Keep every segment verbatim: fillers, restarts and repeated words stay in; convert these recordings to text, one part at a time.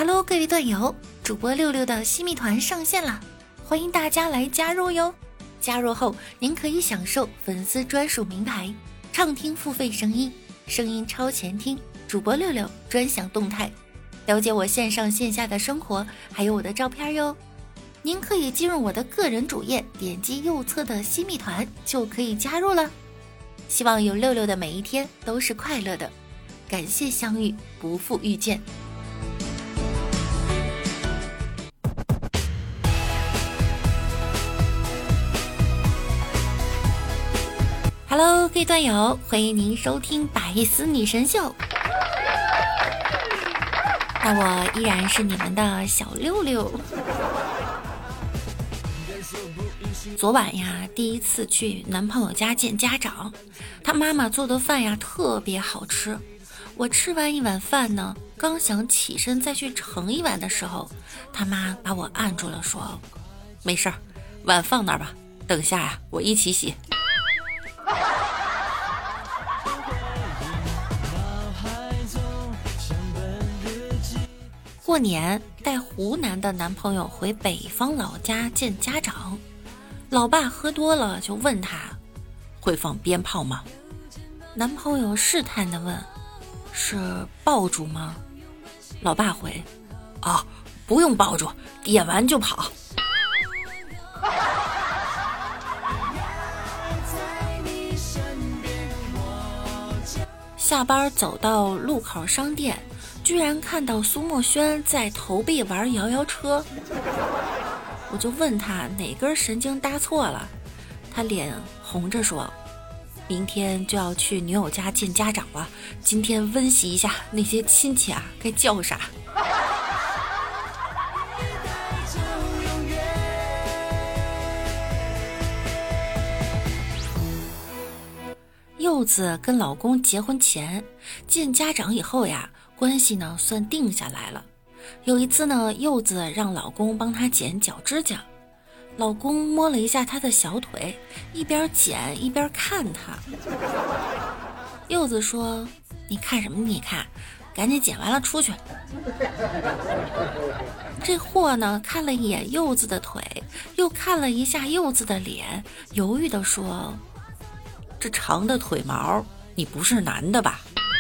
Hello， 各位段友，主播六六的西密团上线了，欢迎大家来加入哟！加入后，您可以享受粉丝专属名牌、畅听付费声音、声音超前听、主播六六专享动态，了解我线上线下的生活，还有我的照片哟。您可以进入我的个人主页，点击右侧的西密团就可以加入了。希望有六六的每一天都是快乐的，感谢相遇，不负遇见。Hello， 各位段友，欢迎您收听百思女神秀。那我依然是你们的小六六。昨晚呀，第一次去男朋友家见家长，他妈妈做的饭呀特别好吃。我吃完一碗饭呢，刚想起身再去盛一碗的时候，他妈把我按住了，说：“没事儿，碗放那儿吧，等下呀我一起洗。”过年带湖南的男朋友回北方老家见家长，老爸喝多了就问他会放鞭炮吗？男朋友试探地问，是爆竹吗？老爸回，哦，不用爆竹，点完就跑。下班走到路口商店，居然看到苏墨轩在投币玩摇摇车，我就问他哪根神经搭错了，他脸红着说，明天就要去女友家见家长了，今天温习一下那些亲戚啊该叫啥。柚子跟老公结婚前见家长以后呀，关系呢算定下来了。有一次呢，柚子让老公帮她剪脚指甲，老公摸了一下她的小腿，一边剪一边看她。柚子说，你看什么你看，赶紧剪完了出去。这货呢看了一眼柚子的腿，又看了一下柚子的脸，犹豫地说，这长的腿毛，你不是男的吧？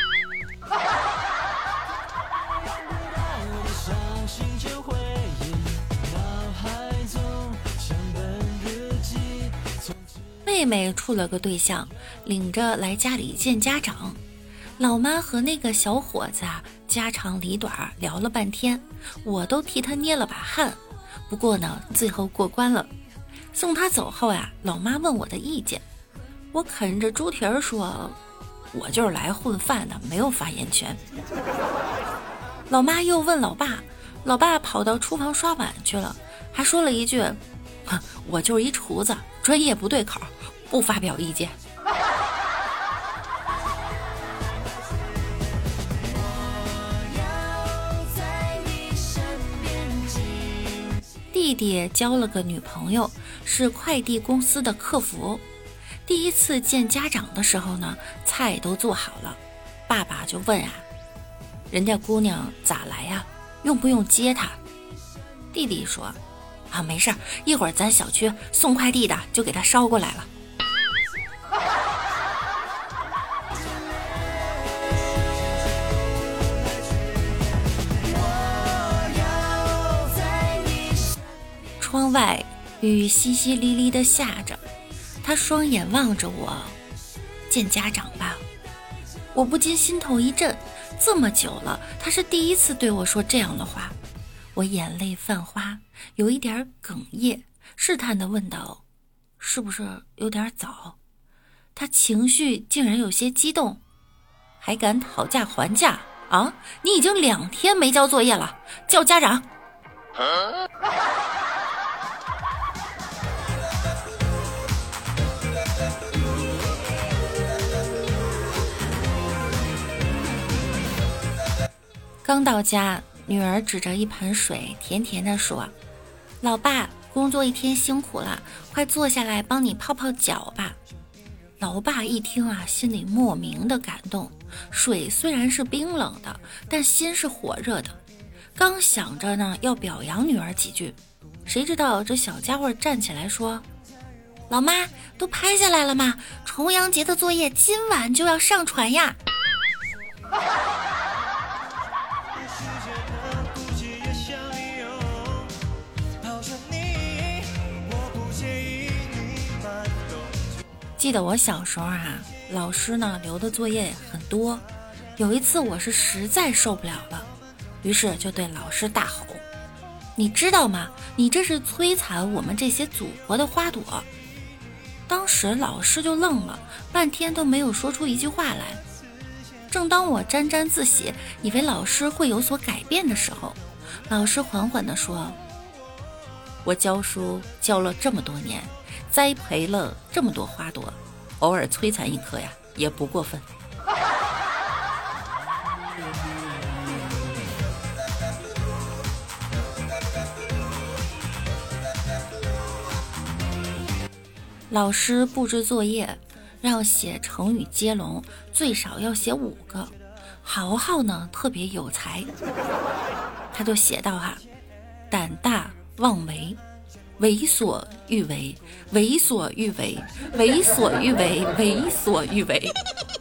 妹妹处了个对象，领着来家里见家长。老妈和那个小伙子啊，家长里短聊了半天，我都替他捏了把汗。不过呢，最后过关了。送他走后呀，老妈问我的意见，我啃着猪蹄儿说，我就是来混饭的，没有发言权。老妈又问老爸，老爸跑到厨房刷碗去了，还说了一句，我就是一厨子，专业不对口，不发表意见。弟弟交了个女朋友，是快递公司的客服。第一次见家长的时候呢，菜都做好了，爸爸就问啊，人家姑娘咋来呀？用不用接她？弟弟说，啊，没事，一会儿咱小区送快递的就给她捎过来了。窗外雨淅淅沥沥地下着，他双眼望着我，见家长吧。我不禁心头一震，这么久了，他是第一次对我说这样的话。我眼泪泛花，有一点哽咽，试探地问道，是不是有点早？他情绪竟然有些激动，还敢讨价还价啊？你已经两天没交作业了，叫家长。刚到家，女儿指着一盆水甜甜地说，老爸，工作一天辛苦了，快坐下来帮你泡泡脚吧。老爸一听啊，心里莫名的感动，水虽然是冰冷的，但心是火热的。 刚想着呢要表扬女儿几句，谁知道这小家伙站起来说：老妈，都拍下来了吗？重阳节的作业今晚就要上传呀。记得我小时候啊，老师呢留的作业很多，有一次我是实在受不了了，于是就对老师大吼：你知道吗？你这是摧残我们这些祖国的花朵。当时老师就愣了，半天都没有说出一句话来。正当我沾沾自喜，以为老师会有所改变的时候，老师缓缓地说：我教书教了这么多年，栽培了这么多花朵，偶尔摧残一颗呀，也不过分。老师布置作业，让写成语接龙，最少要写五个。豪豪呢特别有才，他就写到哈，胆大妄为，为所欲为，为所欲为，为所欲为，为所欲为。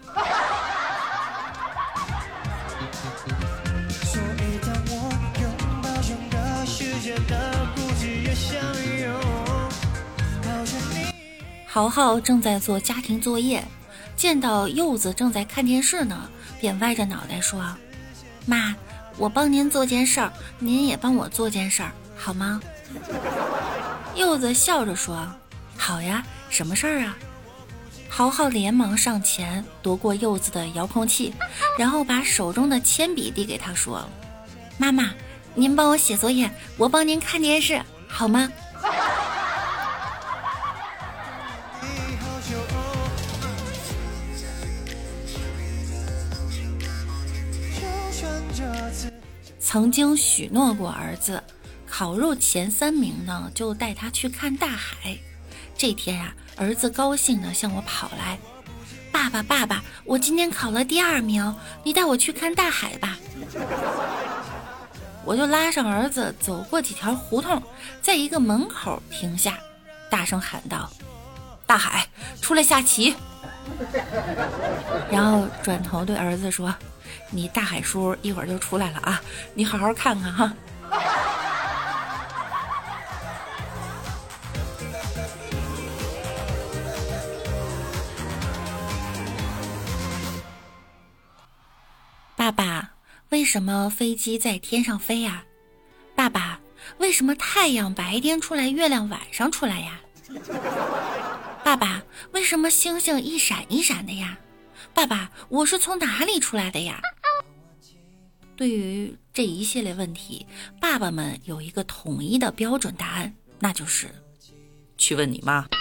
豪豪正在做家庭作业，见到柚子正在看电视呢，便歪着脑袋说：妈，我帮您做件事儿，您也帮我做件事儿，好吗？柚子笑着说：好呀，什么事儿啊？豪豪连忙上前夺过柚子的遥控器，然后把手中的铅笔递给他说：妈妈，您帮我写作业，我帮您看电视，好吗？曾经许诺过儿子，考入前三名呢，就带他去看大海。这天呀、啊，儿子高兴地向我跑来：爸爸爸爸，我今天考了第二名，你带我去看大海吧。我就拉上儿子走过几条胡同，在一个门口停下，大声喊道：大海，出来下棋。然后转头对儿子说：你大海叔一会儿就出来了啊，你好好看看哈。爸爸，为什么飞机在天上飞呀？爸爸，为什么太阳白天出来，月亮晚上出来呀？爸爸，为什么星星一闪一闪的呀？爸爸，我是从哪里出来的呀？对于这一系列问题，爸爸们有一个统一的标准答案，那就是去问你妈。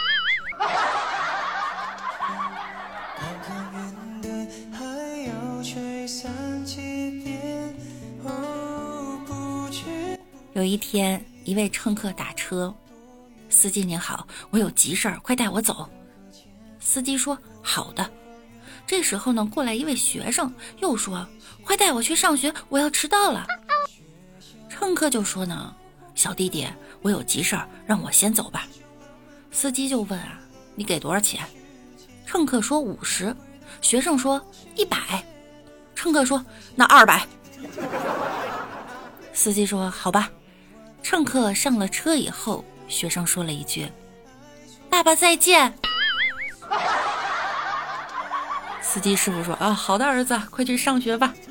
有一天，一位乘客打车：司机您好，我有急事儿，快带我走。司机说：好的。这时候呢，过来一位学生，又说：快带我去上学，我要迟到了。乘客就说呢：小弟弟，我有急事儿，让我先走吧。司机就问啊：你给多少钱？乘客说五十，学生说一百，乘客说那二百。司机说好吧。乘客上了车以后，学生说了一句：爸爸再见。司机师傅说啊，好的儿子，快去上学吧。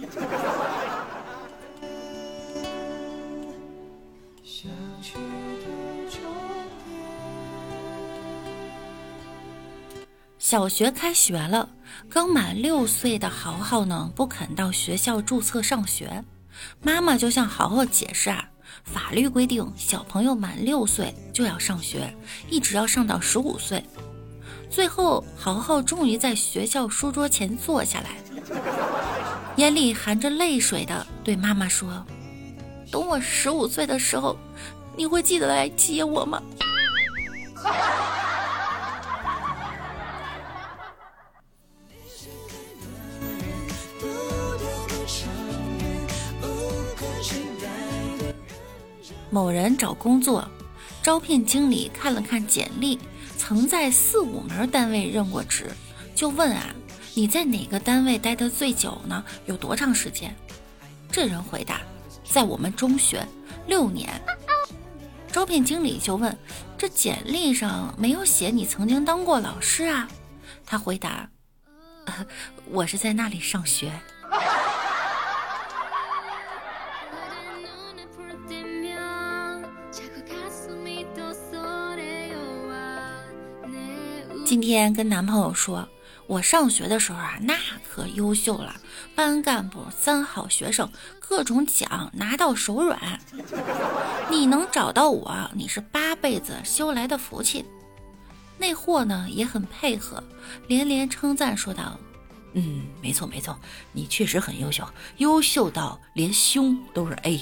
小学开学了，刚满六岁的豪豪呢，不肯到学校注册上学。妈妈就向豪豪解释啊，法律规定小朋友满六岁就要上学，一直要上到十五岁。最后豪豪终于在学校书桌前坐下来，眼里含着泪水的对妈妈说：等我十五岁的时候，你会记得来接我吗？ 某人找工作，招聘经理看了看简历，曾在四五门单位任过职，就问啊，你在哪个单位待得最久呢？有多长时间？这人回答，在我们中学六年。招聘经理就问，这简历上没有写你曾经当过老师啊？他回答，呃、我是在那里上学。今天跟男朋友说，我上学的时候啊，那可优秀了，班干部、三好学生，各种奖拿到手软。你能找到我，你是八辈子修来的福气。那货呢也很配合，连连称赞说道：“嗯，没错没错，你确实很优秀，优秀到连胸都是 A。”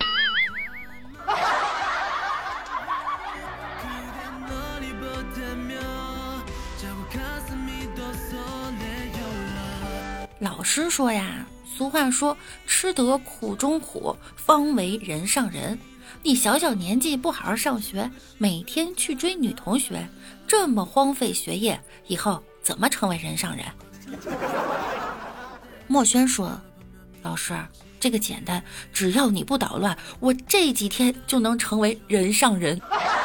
老师说呀，俗话说吃得苦中苦，方为人上人。你小小年纪不好好上学，每天去追女同学，这么荒废学业，以后怎么成为人上人？墨轩说，老师，这个简单，只要你不捣乱，我这几天就能成为人上人。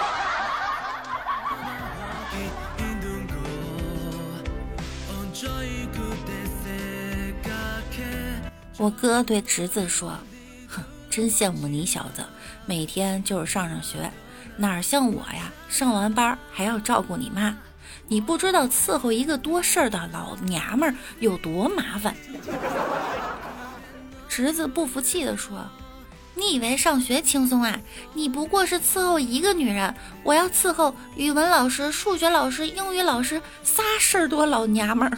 我哥对侄子说，哼，真羡慕你小子，每天就是上上学，哪像我呀，上完班还要照顾你妈，你不知道伺候一个多事儿的老娘们儿有多麻烦。侄子不服气地说，你以为上学轻松啊？你不过是伺候一个女人，我要伺候语文老师、数学老师、英语老师仨事儿多老娘们儿。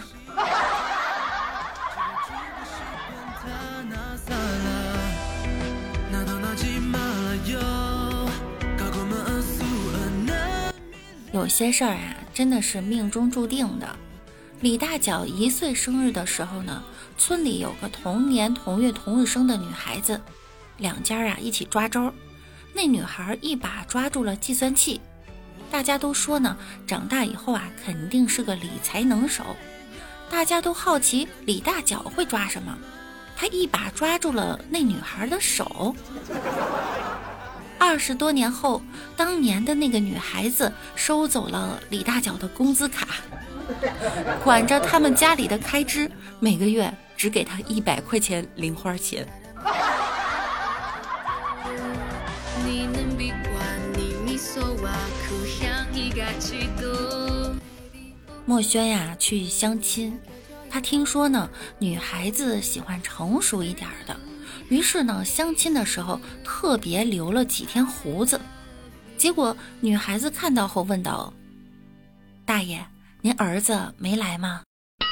有些事儿啊，真的是命中注定的。李大脚一岁生日的时候呢，村里有个同年同月同日生的女孩子，两家啊一起抓周。那女孩一把抓住了计算器，大家都说呢，长大以后啊，肯定是个理财能手。大家都好奇李大脚会抓什么，他一把抓住了那女孩的手。二十多年后，当年的那个女孩子收走了李大脚的工资卡，管着他们家里的开支，每个月只给他一百块钱零花钱。墨轩呀去相亲，他听说呢，女孩子喜欢成熟一点的。于是呢，相亲的时候特别留了几天胡子。结果女孩子看到后问道，大爷，您儿子没来吗？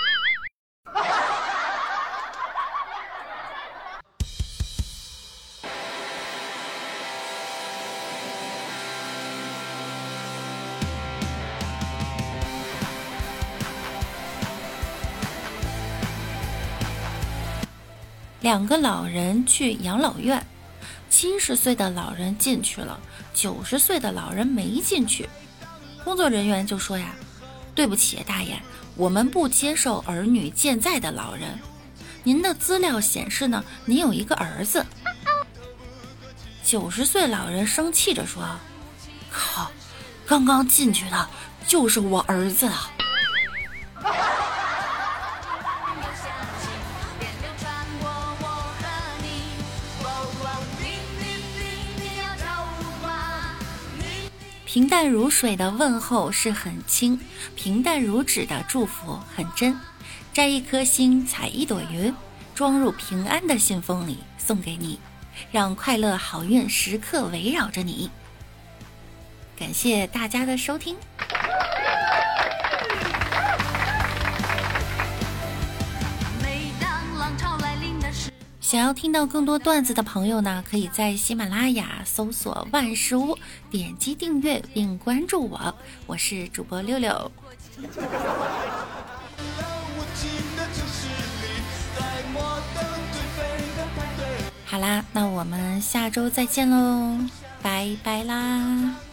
两个老人去养老院，七十岁的老人进去了，九十岁的老人没进去。工作人员就说呀，对不起大爷，我们不接受儿女健在的老人。您的资料显示呢，您有一个儿子。九十岁老人生气着说，靠，刚刚进去的就是我儿子啊。平淡如水的问候是很轻，平淡如纸的祝福很真。摘一颗星，采一朵云，装入平安的信封里，送给你，让快乐好运时刻围绕着你。感谢大家的收听。想要听到更多段子的朋友呢，可以在喜马拉雅搜索万事屋，点击订阅并关注我，我是主播六六。好啦，那我们下周再见喽。 拜拜啦。